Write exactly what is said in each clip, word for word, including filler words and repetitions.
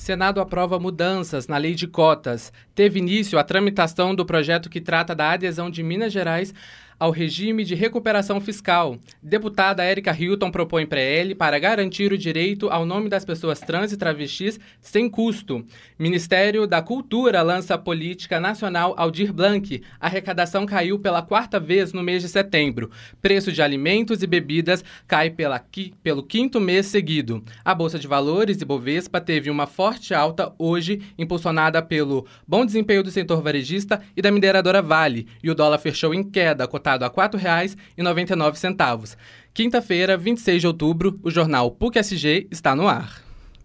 Senado aprova mudanças na lei de cotas. Teve início a tramitação do projeto que trata da adesão de Minas Gerais ao regime de recuperação fiscal. Deputada Érica Hilton propõe P L para garantir o direito ao nome das pessoas trans e travestis sem custo. Ministério da Cultura lança a Política Nacional Aldir Blanc. A arrecadação caiu pela quarta vez no mês de setembro. Preço de alimentos e bebidas cai pela, pelo quinto mês seguido. A Bolsa de Valores e Bovespa teve uma forte alta hoje, impulsionada pelo bom desempenho do setor varejista e da mineradora Vale. E o dólar fechou em queda, cotado a quatro reais e noventa e nove centavos. Quinta-feira, vinte e seis de outubro, o jornal P U C S G está no ar.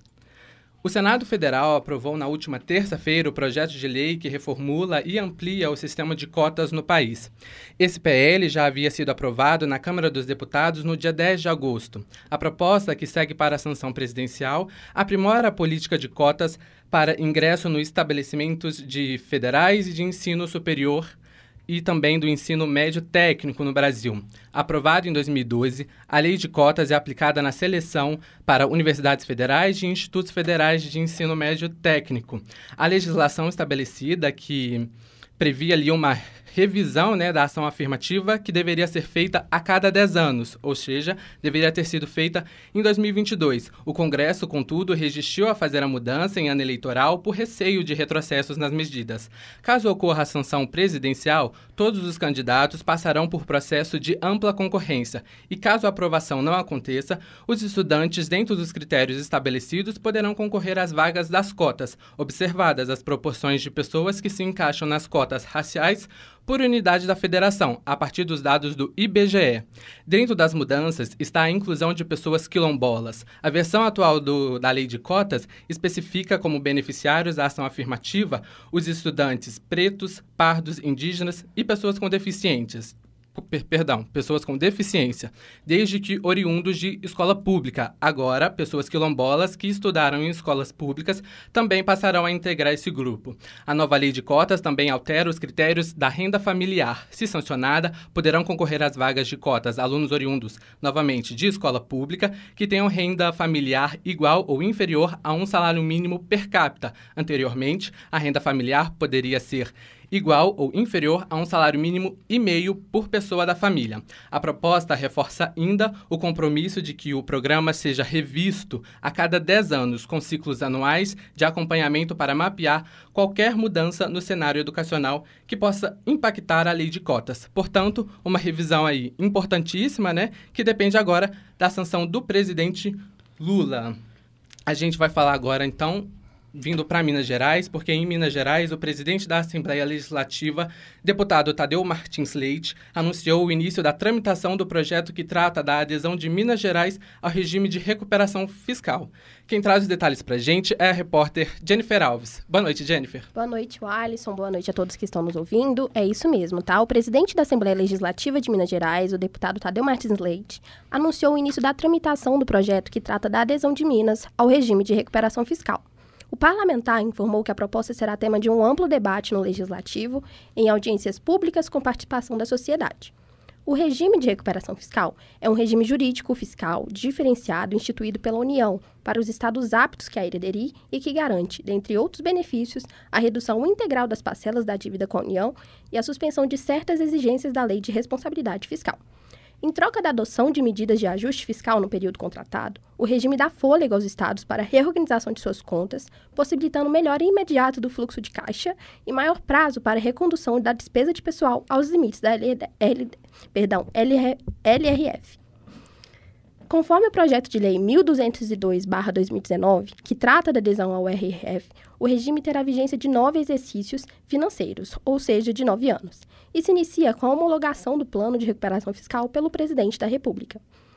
O Senado Federal aprovou na última terça-feira o projeto de lei que reformula e amplia o sistema de cotas no país. Esse P L já havia sido aprovado na Câmara dos Deputados no dia dez de agosto. A proposta, que segue para a sanção presidencial, aprimora a política de cotas para ingresso nos estabelecimentos de federais e de ensino superior e também do ensino médio técnico no Brasil. Aprovada em dois mil e doze, a lei de cotas é aplicada na seleção para universidades federais e institutos federais de ensino médio técnico. A legislação estabelecida que previa ali uma revisão, né, da ação afirmativa que deveria ser feita a cada dez anos, ou seja, deveria ter sido feita em dois mil e vinte e dois. O Congresso, contudo, resistiu a fazer a mudança em ano eleitoral por receio de retrocessos nas medidas. Caso ocorra a sanção presidencial, todos os candidatos passarão por processo de ampla concorrência e, caso a aprovação não aconteça, os estudantes, dentro dos critérios estabelecidos, poderão concorrer às vagas das cotas, observadas as proporções de pessoas que se encaixam nas cotas raciais por unidade da federação, a partir dos dados do I B G E. Dentro das mudanças está a inclusão de pessoas quilombolas. A versão atual do, da lei de cotas especifica como beneficiários da ação afirmativa os estudantes pretos, pardos, indígenas e pessoas com deficientes. Perdão, pessoas com deficiência, desde que oriundos de escola pública. Agora, pessoas quilombolas que estudaram em escolas públicas também passarão a integrar esse grupo. A nova lei de cotas também altera os critérios da renda familiar. Se sancionada, poderão concorrer às vagas de cotas alunos oriundos, novamente, de escola pública, que tenham renda familiar igual ou inferior a um salário mínimo per capita. Anteriormente, a renda familiar poderia ser igual ou inferior a um salário mínimo e meio por pessoa da família. A proposta reforça ainda o compromisso de que o programa seja revisto a cada dez anos, com ciclos anuais de acompanhamento para mapear qualquer mudança no cenário educacional que possa impactar a lei de cotas. Portanto, uma revisão aí importantíssima, né, que depende agora da sanção do presidente Lula. A gente vai falar agora, então, vindo para Minas Gerais, porque em Minas Gerais o presidente da Assembleia Legislativa, deputado Tadeu Martins Leite, anunciou o início da tramitação do projeto que trata da adesão de Minas Gerais ao regime de recuperação fiscal. Quem traz os detalhes para a gente é a repórter Jennifer Alves. Boa noite, Jennifer. Boa noite, Alisson. Boa noite a todos que estão nos ouvindo. É isso mesmo, tá? O presidente da Assembleia Legislativa de Minas Gerais, o deputado Tadeu Martins Leite, anunciou o início da tramitação do projeto que trata da adesão de Minas ao regime de recuperação fiscal. O parlamentar informou que a proposta será tema de um amplo debate no Legislativo, em audiências públicas com participação da sociedade. O regime de recuperação fiscal é um regime jurídico fiscal diferenciado instituído pela União para os estados aptos que a aderir e que garante, dentre outros benefícios, a redução integral das parcelas da dívida com a União e a suspensão de certas exigências da Lei de Responsabilidade Fiscal. Em troca da adoção de medidas de ajuste fiscal no período contratado, o regime dá fôlego aos estados para a reorganização de suas contas, possibilitando melhoria imediata do fluxo de caixa e maior prazo para a recondução da despesa de pessoal aos limites da L, L, perdão, L R F. Conforme o projeto de lei mil duzentos e dois barra dois mil e dezenove, que trata da adesão ao R R F, o regime terá vigência de nove exercícios financeiros, ou seja, de nove anos, e se inicia com a homologação do plano de recuperação fiscal pelo presidente da República.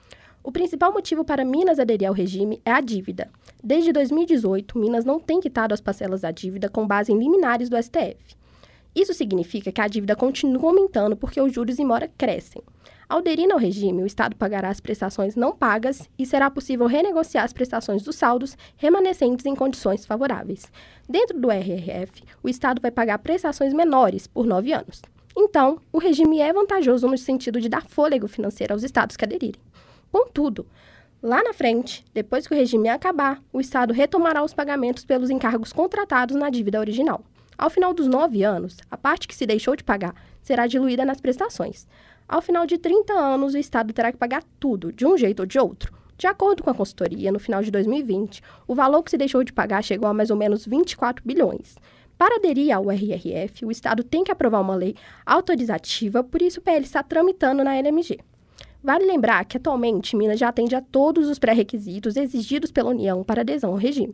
O principal motivo para Minas aderir ao regime é a dívida. Desde dois mil e dezoito, Minas não tem quitado as parcelas da dívida com base em liminares do S T F. Isso significa que a dívida continua aumentando porque os juros e mora crescem. Ao aderir ao regime, o Estado pagará as prestações não pagas e será possível renegociar as prestações dos saldos remanescentes em condições favoráveis. Dentro do R R F, o Estado vai pagar prestações menores por nove anos. Então, o regime é vantajoso no sentido de dar fôlego financeiro aos estados que aderirem. Contudo, Lá na frente, depois que o regime acabar, o Estado retomará os pagamentos pelos encargos contratados na dívida original. Ao final dos nove anos, a parte que se deixou de pagar será diluída nas prestações. Ao final de trinta anos, o Estado terá que pagar tudo, de um jeito ou de outro. De acordo com a consultoria, no final de dois mil e vinte, o valor que se deixou de pagar chegou a mais ou menos vinte e quatro bilhões. Para aderir ao R R F, o Estado tem que aprovar uma lei autorizativa, por isso o P L está tramitando na L M G. Vale lembrar que, atualmente, Minas já atende a todos os pré-requisitos exigidos pela União para adesão ao regime.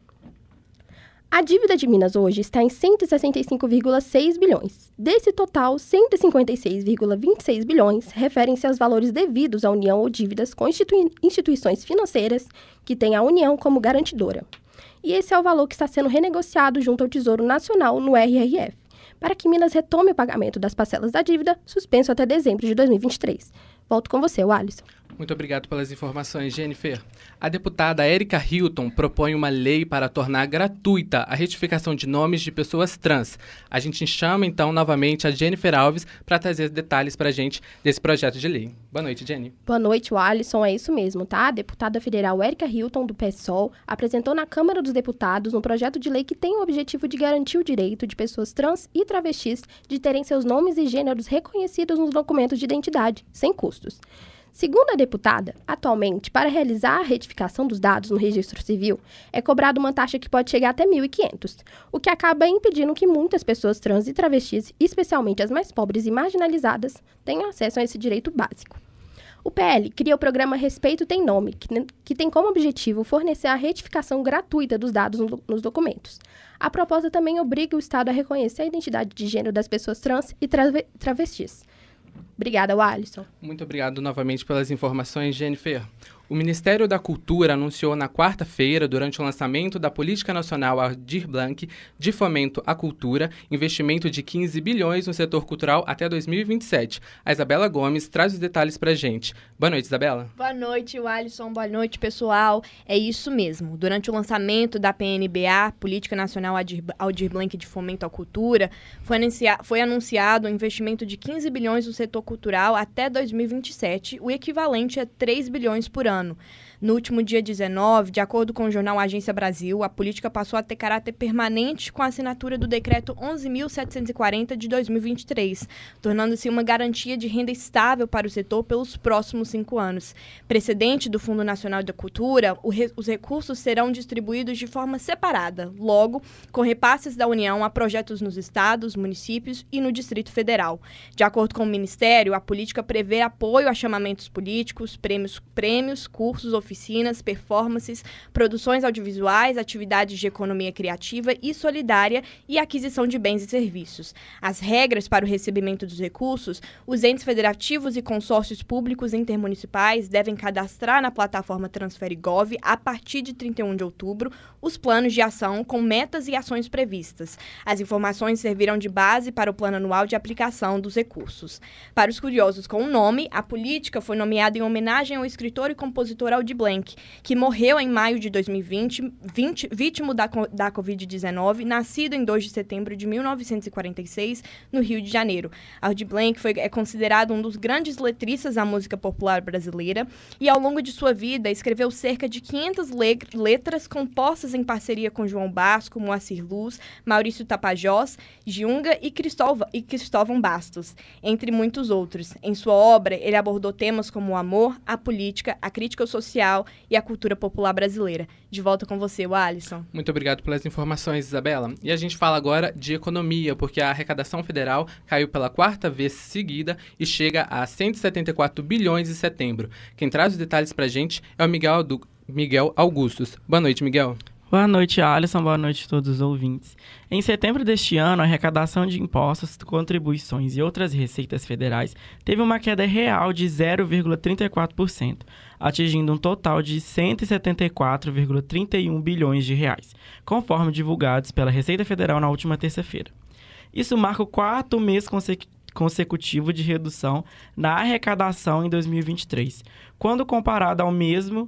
A dívida de Minas hoje está em cento e sessenta e cinco vírgula seis bilhões. Desse total, cento e cinquenta e seis vírgula vinte e seis bilhões referem-se aos valores devidos à União ou dívidas com institui- instituições financeiras que têm a União como garantidora. E esse é o valor que está sendo renegociado junto ao Tesouro Nacional no R R F, para que Minas retome o pagamento das parcelas da dívida, suspenso até dezembro de dois mil e vinte e três. Volto com você, Alisson. Muito obrigado pelas informações, Jennifer. A deputada Érica Hilton propõe uma lei para tornar gratuita a retificação de nomes de pessoas trans. A gente chama, então, novamente a Jennifer Alves para trazer detalhes para a gente desse projeto de lei. Boa noite, Jenny. Boa noite, Alisson. É isso mesmo, tá? A deputada federal Érica Hilton, do PSOL, apresentou na Câmara dos Deputados um projeto de lei que tem o objetivo de garantir o direito de pessoas trans e travestis de terem seus nomes e gêneros reconhecidos nos documentos de identidade, sem custos. Segundo a deputada, atualmente, para realizar a retificação dos dados no registro civil, é cobrada uma taxa que pode chegar até mil e quinhentos reais, o que acaba impedindo que muitas pessoas trans e travestis, especialmente as mais pobres e marginalizadas, tenham acesso a esse direito básico. O P L cria o programa Respeito Tem Nome, que, que tem como objetivo fornecer a retificação gratuita dos dados no, nos documentos. A proposta também obriga o Estado a reconhecer a identidade de gênero das pessoas trans e trave, travestis. Obrigada, Alisson. Muito obrigado novamente pelas informações, Jennifer. O Ministério da Cultura anunciou na quarta-feira, durante o lançamento da Política Nacional Aldir Blanc de Fomento à Cultura, investimento de quinze bilhões no setor cultural até dois mil e vinte e sete. A Isabela Gomes traz os detalhes para a gente. Boa noite, Isabela. Boa noite, Alisson. Boa noite, pessoal. É isso mesmo. Durante o lançamento da P N B A, Política Nacional Aldir Blanc de Fomento à Cultura, foi, anuncia- foi anunciado um investimento de quinze bilhões no setor cultural até dois mil e vinte e sete, o equivalente a três bilhões por ano. No último dia dezenove, de acordo com o jornal Agência Brasil, a política passou a ter caráter permanente com a assinatura do Decreto onze mil setecentos e quarenta de dois mil e vinte e três, tornando-se uma garantia de renda estável para o setor pelos próximos cinco anos. Precedente do Fundo Nacional da Cultura, re- os recursos serão distribuídos de forma separada, logo, com repasses da União a projetos nos estados, municípios e no Distrito Federal. De acordo com o Ministério, a política prevê apoio a chamamentos políticos, prêmios, prêmios cursos, oficinas, performances, produções audiovisuais, atividades de economia criativa e solidária e aquisição de bens e serviços. As regras para o recebimento dos recursos, os entes federativos e consórcios públicos intermunicipais devem cadastrar na plataforma TransfereGov, a partir de trinta e um de outubro, os planos de ação com metas e ações previstas. As informações servirão de base para o plano anual de aplicação dos recursos. Para os curiosos com o nome, a política foi nomeada em homenagem ao escritor e compositor Aldir Blanc, que morreu em maio de dois mil e vinte, vinte vítima da, da covid dezenove, nascido em dois de setembro de mil novecentos e quarenta e seis, no Rio de Janeiro. Aldir Blanc foi, é considerado um dos grandes letristas da música popular brasileira e, ao longo de sua vida, escreveu cerca de quinhentas le- letras compostas em parceria com João Basco, Moacir Luz, Maurício Tapajós, Giunga e, Cristóvão, e Cristóvão Bastos, entre muitos outros. Em sua obra, ele abordou temas como o amor, a política, a crítica social e a cultura popular brasileira. De volta com você, Alisson. Muito obrigado pelas informações, Isabela. E a gente fala agora de economia, porque a arrecadação federal caiu pela quarta vez seguida e chega a cento e setenta e quatro bilhões em setembro. Quem traz os detalhes pra gente é o Miguel, do... Miguel Augustos. Boa noite, Miguel. Boa noite, Alisson. Boa noite a todos os ouvintes. Em setembro deste ano, a arrecadação de impostos, contribuições e outras receitas federais teve uma queda real de zero vírgula trinta e quatro por cento, atingindo um total de cento e setenta e quatro vírgula trinta e um bilhões de reais, conforme divulgados pela Receita Federal na última terça-feira. Isso marca o quarto mês consecutivo consecutivo de redução na arrecadação em dois mil e vinte e três, quando comparado ao mesmo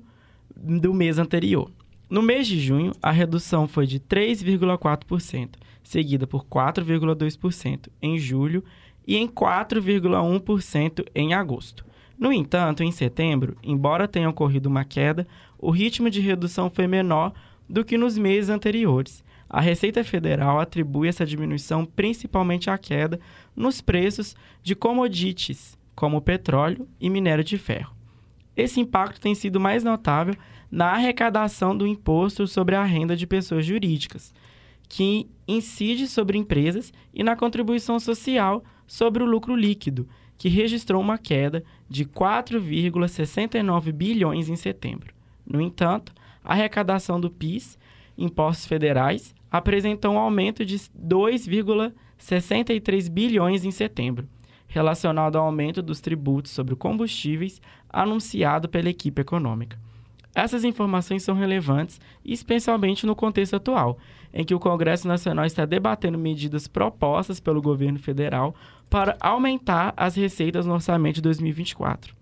do mês anterior. No mês de junho, a redução foi de três vírgula quatro por cento, seguida por quatro vírgula dois por cento em julho e em quatro vírgula um por cento em agosto. No entanto, em setembro, embora tenha ocorrido uma queda, o ritmo de redução foi menor do que nos meses anteriores. A Receita Federal atribui essa diminuição principalmente à queda nos preços de commodities, como petróleo e minério de ferro. Esse impacto tem sido mais notável na arrecadação do imposto sobre a renda de pessoas jurídicas, que incide sobre empresas, e na contribuição social sobre o lucro líquido, que registrou uma queda de quatro vírgula sessenta e nove bilhões em setembro. No entanto, a arrecadação do P I S, impostos federais, apresentou um aumento de dois vírgula sessenta e três bilhões em setembro, relacionado ao aumento dos tributos sobre combustíveis anunciado pela equipe econômica. Essas informações são relevantes, especialmente no contexto atual, em que o Congresso Nacional está debatendo medidas propostas pelo governo federal para aumentar as receitas no orçamento de dois mil e vinte e quatro.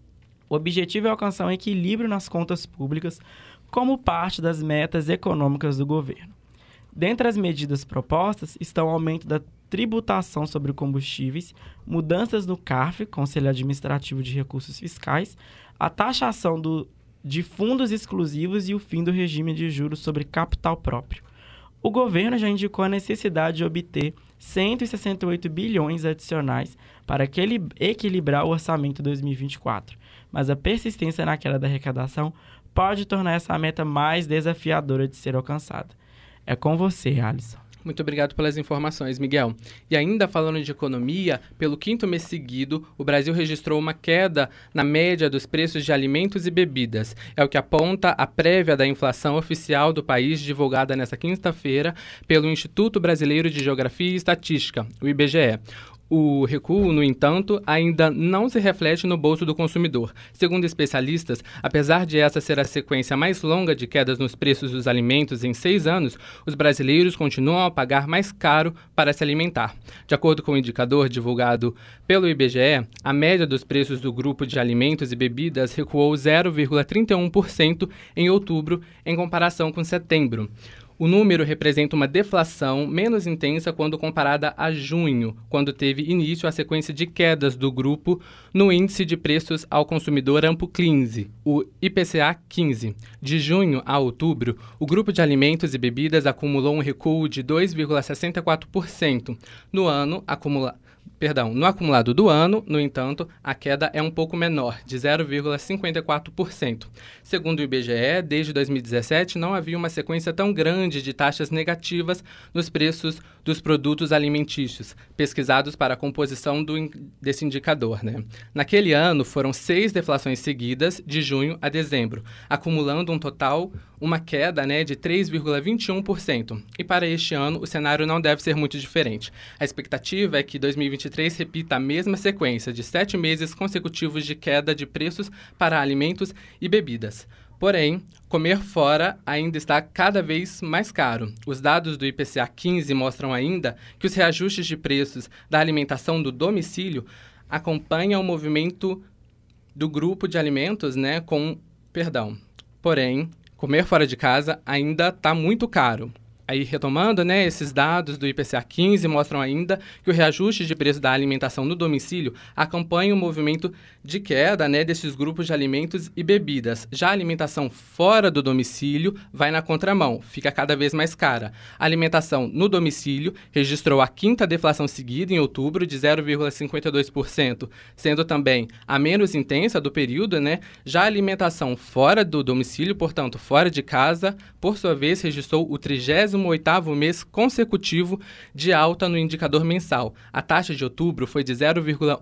O objetivo é alcançar um equilíbrio nas contas públicas como parte das metas econômicas do governo. Dentre as medidas propostas estão o aumento da tributação sobre combustíveis, mudanças no C A R F, Conselho Administrativo de Recursos Fiscais, a taxação do, de fundos exclusivos e o fim do regime de juros sobre capital próprio. O governo já indicou a necessidade de obter cento e sessenta e oito bilhões adicionais para equilibrar o orçamento dois mil e vinte e quatro, mas a persistência na queda da arrecadação pode tornar essa meta mais desafiadora de ser alcançada. É com você, Alisson. Muito obrigado pelas informações, Miguel. E ainda falando de economia, pelo quinto mês seguido, o Brasil registrou uma queda na média dos preços de alimentos e bebidas. É o que aponta a prévia da inflação oficial do país, divulgada nesta quinta-feira pelo Instituto Brasileiro de Geografia e Estatística, o I B G E. O recuo, no entanto, ainda não se reflete no bolso do consumidor. Segundo especialistas, apesar de essa ser a sequência mais longa de quedas nos preços dos alimentos em seis anos, os brasileiros continuam a pagar mais caro para se alimentar. De acordo com o indicador divulgado pelo I B G E, a média dos preços do grupo de alimentos e bebidas recuou zero vírgula trinta e um por cento em outubro, em comparação com setembro. O número representa uma deflação menos intensa quando comparada a junho, quando teve início a sequência de quedas do grupo no Índice de Preços ao Consumidor Amplo-quinze, o I P C A quinze. De junho a outubro, o grupo de alimentos e bebidas acumulou um recuo de dois vírgula sessenta e quatro por cento. No ano, acumula... Perdão, no acumulado do ano, no entanto, a queda é um pouco menor, de zero vírgula cinquenta e quatro por cento. Segundo o I B G E, desde dois mil e dezessete não havia uma sequência tão grande de taxas negativas nos preços dos produtos alimentícios, pesquisados para a composição do, desse indicador, né? Naquele ano, foram seis deflações seguidas, de junho a dezembro, acumulando um total, uma queda, né, de três vírgula vinte e um por cento. E para este ano, o cenário não deve ser muito diferente. A expectativa é que dois mil e vinte e três repita a mesma sequência de sete meses consecutivos de queda de preços para alimentos e bebidas. Porém, comer fora ainda está cada vez mais caro. Os dados do I P C A quinze mostram ainda que os reajustes de preços da alimentação do domicílio acompanham o movimento do grupo de alimentos, né, com perdão. Porém, comer fora de casa ainda está muito caro. Aí, retomando, né, esses dados do I P C A quinze mostram ainda que o reajuste de preço da alimentação no domicílio acompanha o movimento de queda, né, desses grupos de alimentos e bebidas. Já a alimentação fora do domicílio vai na contramão, fica cada vez mais cara. A alimentação no domicílio registrou a quinta deflação seguida em outubro de zero vírgula cinquenta e dois por cento, sendo também a menos intensa do período, né? Já a alimentação fora do domicílio, portanto, fora de casa, por sua vez, registrou o trigésimo oitavo mês consecutivo de alta no indicador mensal. A taxa de outubro foi de zero vírgula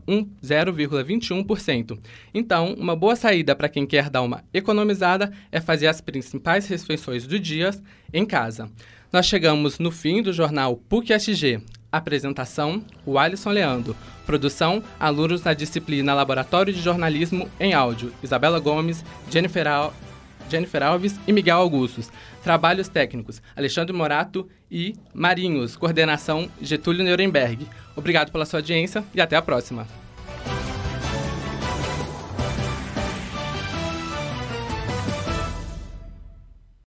vinte e um por cento. Então, uma boa saída para quem quer dar uma economizada é fazer as principais refeições do dia em casa. Nós chegamos no fim do jornal P U C S G. Apresentação, o Alisson Leandro. Produção, alunos na disciplina Laboratório de Jornalismo em Áudio, Isabela Gomes, Jennifer Al... Jennifer Alves e Miguel Augustos. Trabalhos técnicos, Alexandre Morato e Marinhos. Coordenação, Getúlio Nuremberg. Obrigado pela sua audiência e até a próxima.